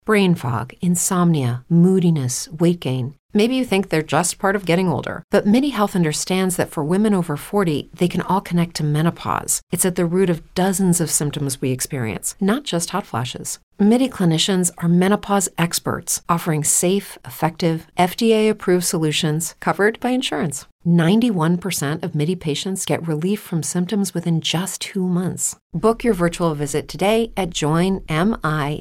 Brain fog, insomnia, moodiness, weight gain. Maybe you think they're just part of getting older, but MIDI Health understands that for women over 40, they can all connect to menopause. It's at the root of dozens of symptoms we experience, not just hot flashes. MIDI clinicians are menopause experts, offering safe, effective, FDA-approved solutions covered by insurance. 91% of MIDI patients get relief from symptoms within just 2 months. Book your virtual visit today at joinmidi.com.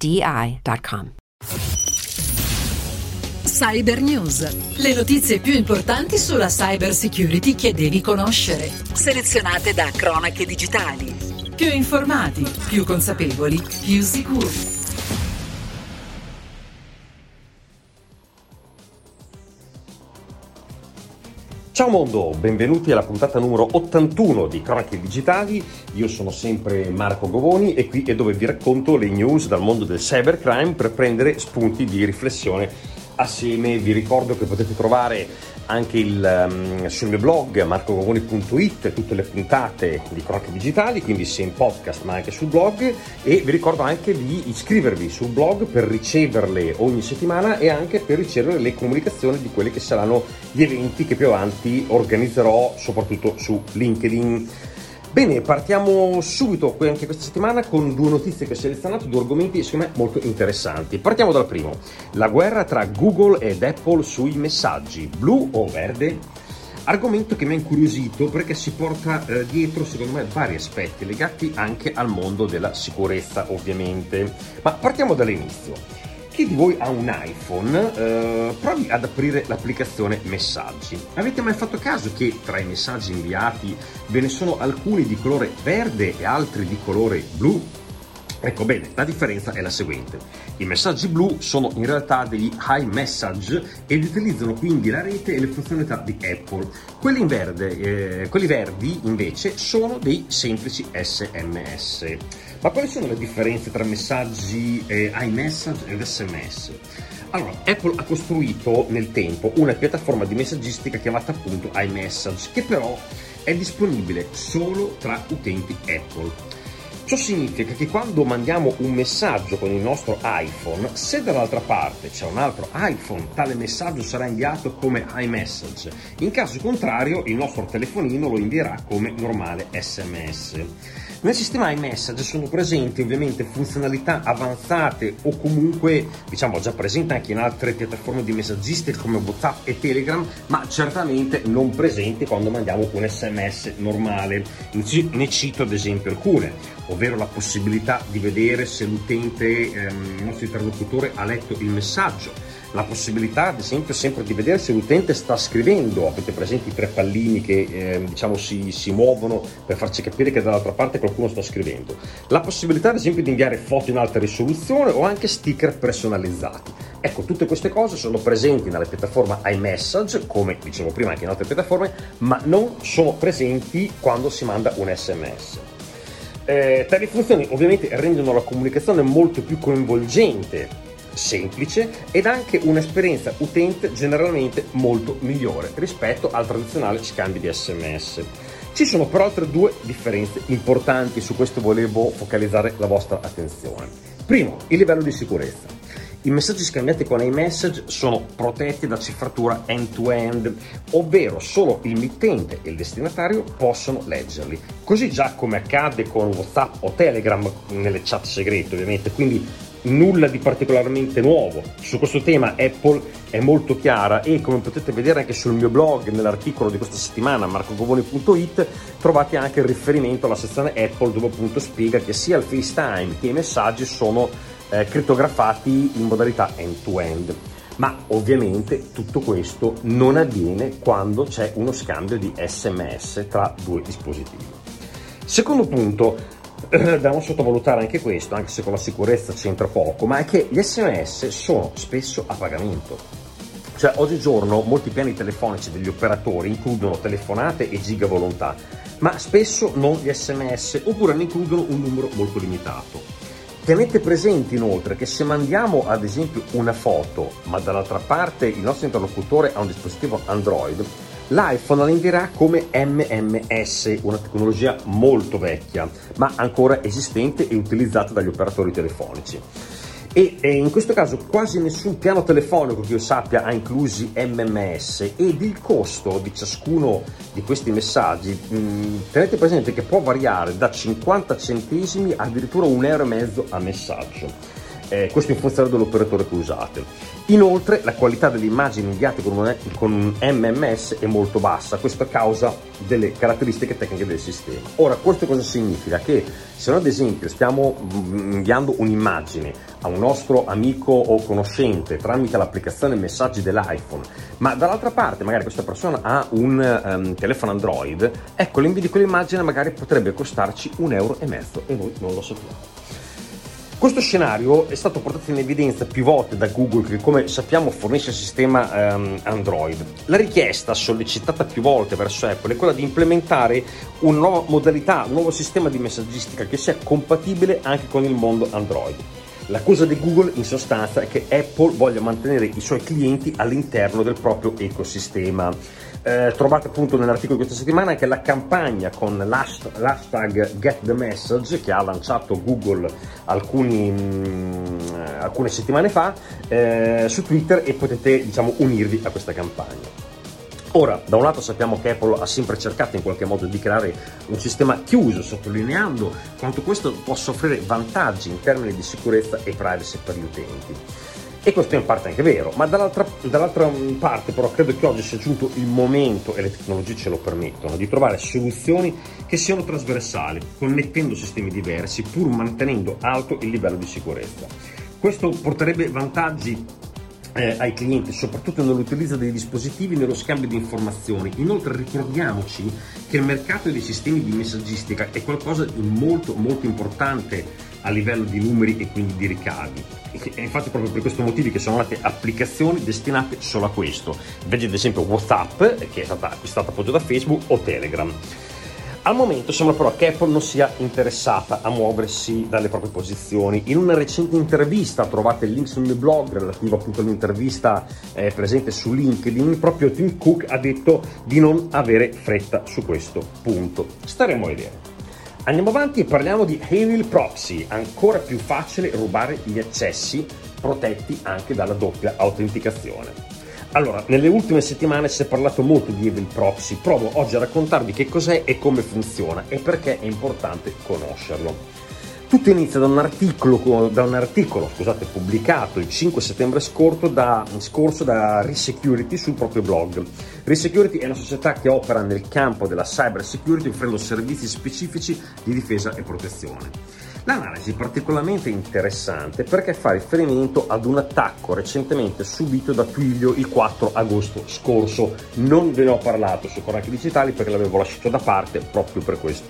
Cyber News, le notizie più importanti sulla cyber security che devi conoscere, selezionate da Cronache Digitali. Più informati, più consapevoli, più sicuri. Ciao mondo, benvenuti alla puntata numero 81 di Cronache Digitali. Io sono sempre Marco Govoni e qui è dove vi racconto le news dal mondo del cybercrime per prendere spunti di riflessione assieme. Vi ricordo che potete trovare anche sul mio blog marcogovoni.it tutte le puntate di Cronache Digitali, quindi sia in podcast ma anche sul blog, e vi ricordo anche di iscrivervi sul blog per riceverle ogni settimana e anche per ricevere le comunicazioni di quelli che saranno gli eventi che più avanti organizzerò, soprattutto su LinkedIn. Bene, partiamo subito anche questa settimana con due notizie che ho selezionato, due argomenti secondo me molto interessanti. Partiamo dal primo: la guerra tra Google ed Apple sui messaggi, blu o verde? Argomento che mi ha incuriosito perché si porta dietro secondo me vari aspetti legati anche al mondo della sicurezza, ovviamente. Ma partiamo dall'inizio. Chi di voi ha un iPhone, provi ad aprire l'applicazione Messaggi. Avete mai fatto caso che tra i messaggi inviati ve ne sono alcuni di colore verde e altri di colore blu? Ecco bene, la differenza è la seguente: i messaggi blu sono in realtà degli iMessage ed utilizzano quindi la rete e le funzionalità di Apple. Quelli verdi invece sono dei semplici SMS. Ma quali sono le differenze tra messaggi iMessage ed SMS? Allora, Apple ha costruito nel tempo una piattaforma di messaggistica chiamata appunto iMessage, che però è disponibile solo tra utenti Apple. Ciò significa che quando mandiamo un messaggio con il nostro iPhone, se dall'altra parte c'è un altro iPhone, tale messaggio sarà inviato come iMessage. In caso contrario, il nostro telefonino lo invierà come normale SMS. Nel sistema iMessage sono presenti ovviamente funzionalità avanzate o comunque diciamo già presenti anche in altre piattaforme di messaggistica come WhatsApp e Telegram, ma certamente non presenti quando mandiamo un SMS normale. Ne cito ad esempio alcune, ovvero la possibilità di vedere se l'utente, il nostro interlocutore, ha letto il messaggio, la possibilità ad esempio sempre di vedere se l'utente sta scrivendo. Avete presenti i tre pallini che si muovono per farci capire che dall'altra parte qualcuno sta scrivendo, la possibilità ad esempio di inviare foto in alta risoluzione o anche sticker personalizzati. Ecco, tutte queste cose sono presenti nella piattaforma iMessage, come dicevo prima anche in altre piattaforme, ma non sono presenti quando si manda un SMS. Tali funzioni ovviamente rendono la comunicazione molto più coinvolgente, semplice ed anche un'esperienza utente generalmente molto migliore rispetto al tradizionale scambio di SMS. Ci sono però altre due differenze importanti, su questo volevo focalizzare la vostra attenzione. Primo, il livello di sicurezza. I messaggi scambiati con iMessage sono protetti da cifratura end-to-end, ovvero solo il mittente e il destinatario possono leggerli, così già come accade con WhatsApp o Telegram nelle chat segrete ovviamente, quindi nulla di particolarmente nuovo. Su questo tema Apple è molto chiara e, come potete vedere anche sul mio blog nell'articolo di questa settimana marcogovoni.it, trovate anche il riferimento alla sezione Apple dove appunto spiega che sia il FaceTime che i messaggi sono crittografati in modalità end-to-end. Ma ovviamente tutto questo non avviene quando c'è uno scambio di SMS tra due dispositivi. Secondo punto, da non sottovalutare anche questo, anche se con la sicurezza c'entra poco, ma è che gli SMS sono spesso a pagamento. Cioè oggigiorno molti piani telefonici degli operatori includono telefonate e giga volontà, ma spesso non gli SMS, oppure ne includono un numero molto limitato. Tenete presente inoltre che se mandiamo ad esempio una foto, ma dall'altra parte il nostro interlocutore ha un dispositivo Android, l'iPhone la invierà come MMS, una tecnologia molto vecchia, ma ancora esistente e utilizzata dagli operatori telefonici. e in questo caso quasi nessun piano telefonico che io sappia ha inclusi MMS, ed il costo di ciascuno di questi messaggi tenete presente che può variare da 50 centesimi addirittura €1,50 a messaggio. Questo in funzione dell'operatore che usate. Inoltre la qualità delle immagini inviate con un MMS è molto bassa, questo a causa delle caratteristiche tecniche del sistema. Ora, questo cosa significa? Che se noi ad esempio stiamo inviando un'immagine a un nostro amico o conoscente tramite l'applicazione messaggi dell'iPhone, ma dall'altra parte magari questa persona ha un telefono Android, ecco, l'invio di quell'immagine magari potrebbe costarci €1,50 e noi non lo sappiamo. Questo scenario è stato portato in evidenza più volte da Google, che come sappiamo fornisce il sistema Android. La richiesta sollecitata più volte verso Apple è quella di implementare una nuova modalità, un nuovo sistema di messaggistica che sia compatibile anche con il mondo Android. L'accusa di Google in sostanza è che Apple voglia mantenere i suoi clienti all'interno del proprio ecosistema. Trovate appunto nell'articolo di questa settimana anche la campagna con l'hashtag Get the Message che ha lanciato Google alcune settimane fa su Twitter, e potete unirvi a questa campagna. Ora, da un lato sappiamo che Apple ha sempre cercato in qualche modo di creare un sistema chiuso, sottolineando quanto questo possa offrire vantaggi in termini di sicurezza e privacy per gli utenti. E questo è in parte anche vero, ma dall'altra parte però credo che oggi sia giunto il momento, e le tecnologie ce lo permettono, di trovare soluzioni che siano trasversali, connettendo sistemi diversi pur mantenendo alto il livello di sicurezza. Questo porterebbe vantaggi ai clienti, soprattutto nell'utilizzo dei dispositivi e nello scambio di informazioni. Inoltre ricordiamoci che il mercato dei sistemi di messaggistica è qualcosa di molto molto importante a livello di numeri e quindi di ricavi, e infatti proprio per questo motivo che sono nate applicazioni destinate solo a questo. Vedi ad esempio WhatsApp, che è stata acquistata appoggio da Facebook, o Telegram. Al momento sembra però che Apple non sia interessata a muoversi dalle proprie posizioni. In una recente intervista, trovate il link sul mio blog relativo appunto all'intervista presente su LinkedIn, proprio Tim Cook ha detto di non avere fretta su questo punto. Staremo a vedere. Andiamo avanti e parliamo di Evil Proxy, ancora più facile rubare gli accessi protetti anche dalla doppia autenticazione. Allora, nelle ultime settimane si è parlato molto di Evil Proxy, provo oggi a raccontarvi che cos'è e come funziona e perché è importante conoscerlo. Tutto inizia da un articolo pubblicato il 5 settembre scorso da Resecurity sul proprio blog. Resecurity è una società che opera nel campo della cyber security offrendo servizi specifici di difesa e protezione. L'analisi è particolarmente interessante perché fa riferimento ad un attacco recentemente subito da Twilio il 4 agosto scorso. Non ve ne ho parlato su Cronache Digitali perché l'avevo lasciato da parte proprio per questa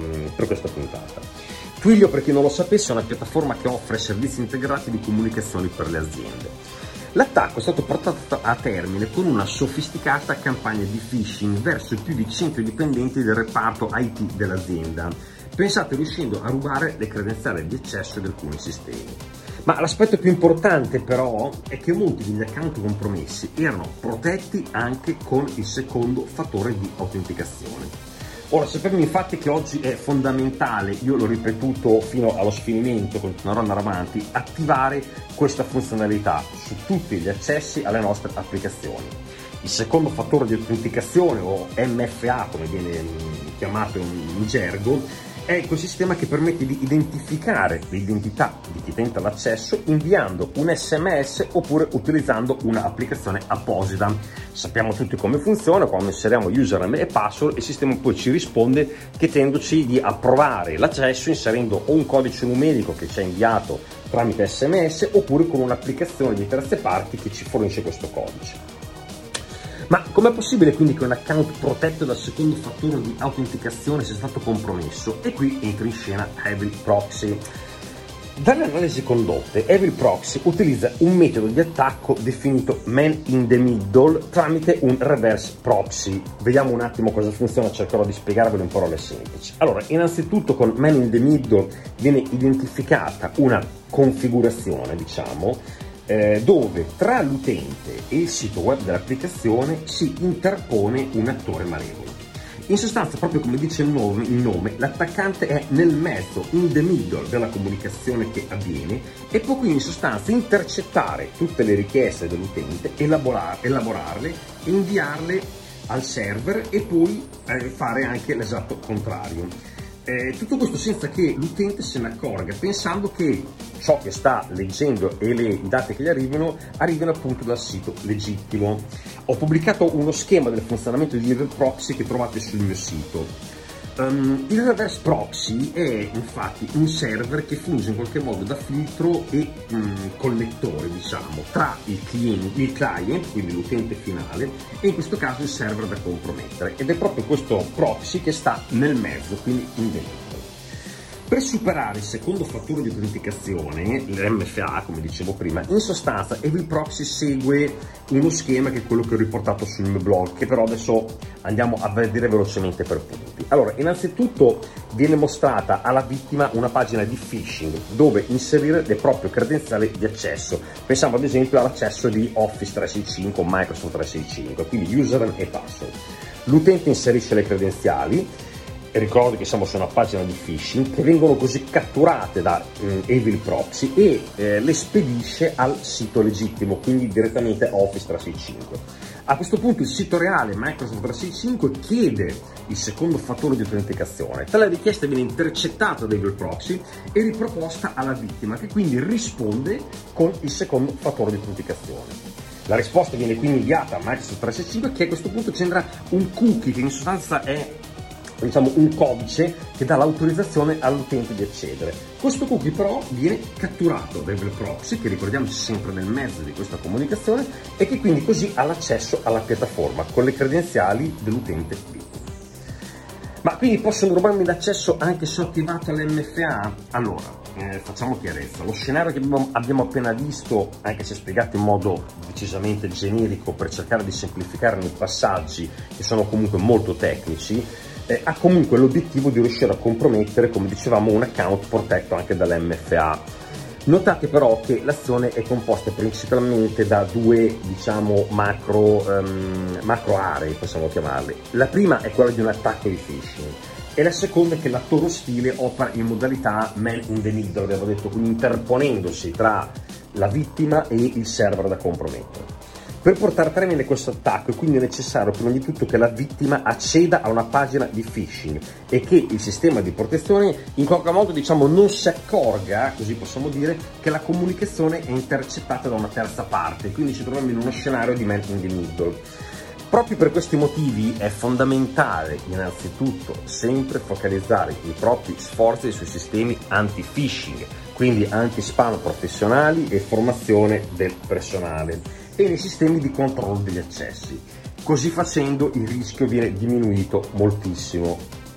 puntata. Twilio, per chi non lo sapesse, è una piattaforma che offre servizi integrati di comunicazioni per le aziende. L'attacco è stato portato a termine con una sofisticata campagna di phishing verso i più di 100 dipendenti del reparto IT dell'azienda. Pensate, riuscendo a rubare le credenziali di accesso di alcuni sistemi. Ma l'aspetto più importante però è che molti degli account compromessi erano protetti anche con il secondo fattore di autenticazione. Ora, sappiamo infatti che oggi è fondamentale, io l'ho ripetuto fino allo sfinimento, continuerò ad andare avanti, attivare questa funzionalità su tutti gli accessi alle nostre applicazioni. Il secondo fattore di autenticazione, o MFA come viene chiamato in gergo, è quel sistema che permette di identificare l'identità di chi tenta l'accesso inviando un SMS oppure utilizzando un'applicazione apposita. Sappiamo tutti come funziona: quando inseriamo username e password il sistema poi ci risponde chiedendoci di approvare l'accesso inserendo o un codice numerico che ci ha inviato tramite SMS oppure con un'applicazione di terze parti che ci fornisce questo codice. Ma com'è possibile quindi che un account protetto dal secondo fattore di autenticazione sia stato compromesso? E qui entra in scena Evil Proxy. Dalle analisi condotte, Evil Proxy utilizza un metodo di attacco definito Man in the Middle tramite un reverse proxy. Vediamo un attimo cosa funziona, cercherò di spiegarvelo in parole semplici. Allora, innanzitutto con Man in the Middle viene identificata una configurazione, dove tra l'utente e il sito web dell'applicazione si interpone un attore malevolo. In sostanza, proprio come dice il nome, l'attaccante è nel mezzo, in the middle della comunicazione che avviene, e può quindi in sostanza intercettare tutte le richieste dell'utente, elaborarle, inviarle al server e poi fare anche l'esatto contrario. Tutto questo senza che l'utente se ne accorga, pensando che ciò che sta leggendo e i dati che gli arrivino appunto dal sito legittimo. Ho pubblicato uno schema del funzionamento di Evil Proxy che trovate sul mio sito. Il reverse proxy è infatti un server che funge in qualche modo da filtro e collettore, diciamo, tra il client, quindi l'utente finale, e in questo caso il server da compromettere, ed è proprio questo proxy che sta nel mezzo, quindi in dentro. Per superare il secondo fattore di autenticazione, l'MFA, come dicevo prima, in sostanza Evil Proxy segue uno schema che è quello che ho riportato sul mio blog, che però adesso andiamo a vedere velocemente per punti. Allora, innanzitutto viene mostrata alla vittima una pagina di phishing dove inserire le proprie credenziali di accesso. Pensiamo ad esempio all'accesso di Office 365 o Microsoft 365, quindi username e password. L'utente inserisce le credenziali. E ricordo che siamo su una pagina di phishing, che vengono così catturate da Evil Proxy e le spedisce al sito legittimo, quindi direttamente a Office 365. A questo punto il sito reale Microsoft 365 chiede il secondo fattore di autenticazione. Tale richiesta viene intercettata da Evil Proxy e riproposta alla vittima, che quindi risponde con il secondo fattore di autenticazione. La risposta viene quindi inviata a Microsoft 365, che a questo punto genera un cookie, che in sostanza è, diciamo, un codice che dà l'autorizzazione all'utente di accedere. Questo cookie però viene catturato da Evil Proxy, che ricordiamoci sempre nel mezzo di questa comunicazione, e che quindi così ha l'accesso alla piattaforma con le credenziali dell'utente vittima. Ma quindi possono rubarmi l'accesso anche se ho attivato l'MFA? Allora, facciamo chiarezza. Lo scenario che abbiamo appena visto, anche se spiegato in modo decisamente generico per cercare di semplificare i passaggi che sono comunque molto tecnici, ha comunque l'obiettivo di riuscire a compromettere, come dicevamo, un account protetto anche dall'MFA. Notate però che l'azione è composta principalmente da due, diciamo, macro aree, possiamo chiamarle. La prima è quella di un attacco di phishing e la seconda è che l'attore ostile opera in modalità man in the middle, avevo detto, quindi interponendosi tra la vittima e il server da compromettere. Per portare a termine questo attacco è quindi necessario prima di tutto che la vittima acceda a una pagina di phishing e che il sistema di protezione in qualche modo, diciamo, non si accorga, così possiamo dire, che la comunicazione è intercettata da una terza parte, quindi ci troviamo in uno scenario di man in the middle. Proprio per questi motivi è fondamentale innanzitutto sempre focalizzare i propri sforzi sui sistemi anti-phishing, quindi anti-spam professionali e formazione del personale, e nei sistemi di controllo degli accessi. Così facendo il rischio viene diminuito moltissimo.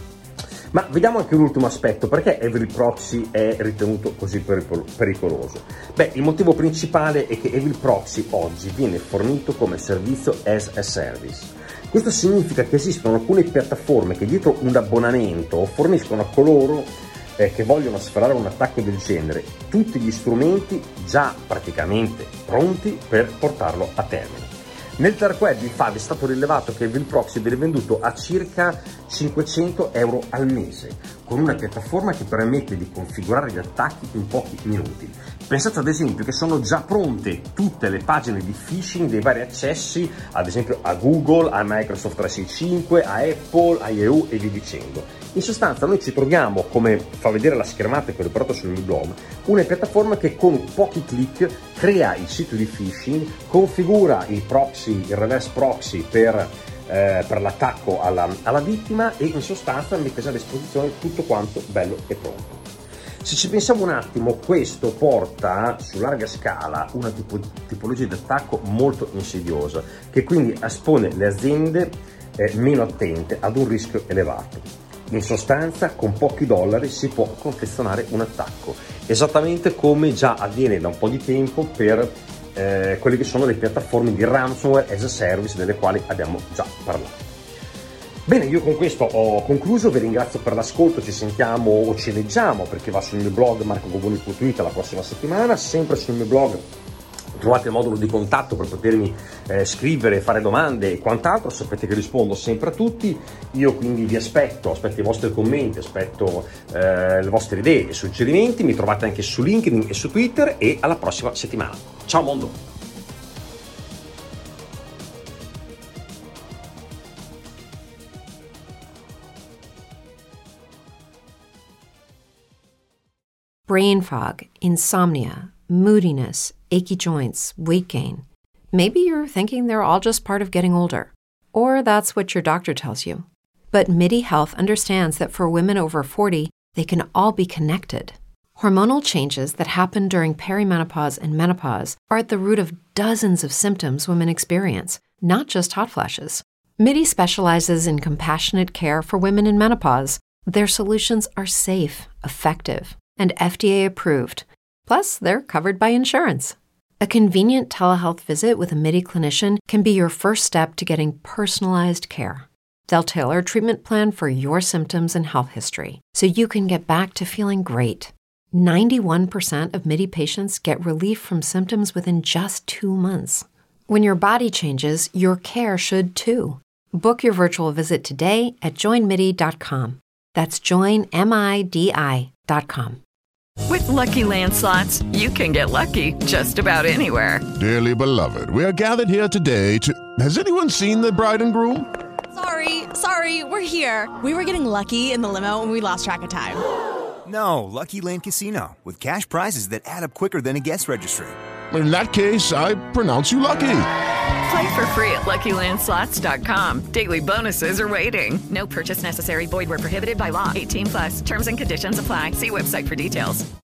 Ma vediamo anche un ultimo aspetto: perché Evil Proxy è ritenuto così pericoloso? Beh, il motivo principale è che Evil Proxy oggi viene fornito come servizio as a service. Questo significa che esistono alcune piattaforme che dietro un abbonamento forniscono a coloro che vogliono sferrare un attacco del genere tutti gli strumenti già praticamente pronti per portarlo a termine. Nel dark web infatti è stato rilevato che Evil Proxy viene venduto a circa 500 euro al mese, con una piattaforma che permette di configurare gli attacchi in pochi minuti. Pensate ad esempio che sono già pronte tutte le pagine di phishing dei vari accessi, ad esempio a Google, a Microsoft 365, a Apple, a Yahoo e via dicendo. In sostanza noi ci troviamo, come fa vedere la schermata che ho riportato sul mio blog, una piattaforma che con pochi click crea il sito di phishing, configura il proxy, il reverse proxy per l'attacco alla vittima e in sostanza mette già a disposizione tutto quanto bello e pronto. Se ci pensiamo un attimo, questo porta su larga scala una tipologia di attacco molto insidiosa, che quindi espone le aziende meno attente ad un rischio elevato. In sostanza, con pochi dollari si può confezionare un attacco, esattamente come già avviene da un po' di tempo per quelle che sono le piattaforme di ransomware as a service delle quali abbiamo già parlato. Bene, io con questo ho concluso, vi ringrazio per l'ascolto, ci sentiamo o ci leggiamo perché va sul mio blog marcogoboni.it la prossima settimana, sempre sul mio blog trovate il modulo di contatto per potermi scrivere, fare domande e quant'altro. Sapete che rispondo sempre a tutti. Io quindi vi aspetto i vostri commenti, aspetto le vostre idee e suggerimenti. Mi trovate anche su LinkedIn e su Twitter, e alla prossima settimana. Ciao mondo! Brain fog, insomnia, moodiness, achy joints, weight gain. Maybe you're thinking they're all just part of getting older, or that's what your doctor tells you. But MIDI Health understands that for women over 40, they can all be connected. Hormonal changes that happen during perimenopause and menopause are at the root of dozens of symptoms women experience, not just hot flashes. MIDI specializes in compassionate care for women in menopause. Their solutions are safe, effective, and FDA approved. Plus, they're covered by insurance. A convenient telehealth visit with a MIDI clinician can be your first step to getting personalized care. They'll tailor a treatment plan for your symptoms and health history, so you can get back to feeling great. 91% of MIDI patients get relief from symptoms within just 2 months. When your body changes, your care should too. Book your virtual visit today at joinmidi.com. That's joinmidi.com. With Lucky Land Slots, you can get lucky just about anywhere. Dearly beloved, we are gathered here today to... Has anyone seen the bride and groom? Sorry, we're here. We were getting lucky in the limo and we lost track of time. No, Lucky Land Casino, with cash prizes that add up quicker than a guest registry. In that case, I pronounce you lucky. Play for free at LuckyLandSlots.com. Daily bonuses are waiting. No purchase necessary. Void where prohibited by law. 18+. Terms and conditions apply. See website for details.